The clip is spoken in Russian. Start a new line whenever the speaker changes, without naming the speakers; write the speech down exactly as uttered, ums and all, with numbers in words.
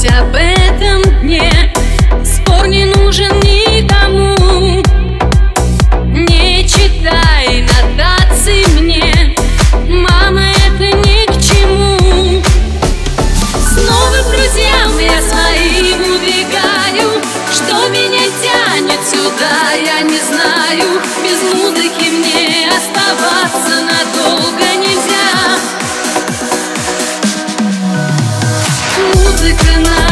забудь об этом дне. Спор не нужен никому. Не читай нотации мне, мама, это ни к чему. Снова к друзьям я своим убегаю. Что меня тянет сюда, я не знаю. Без музыки мне оставаться надолго нельзя. Музыка на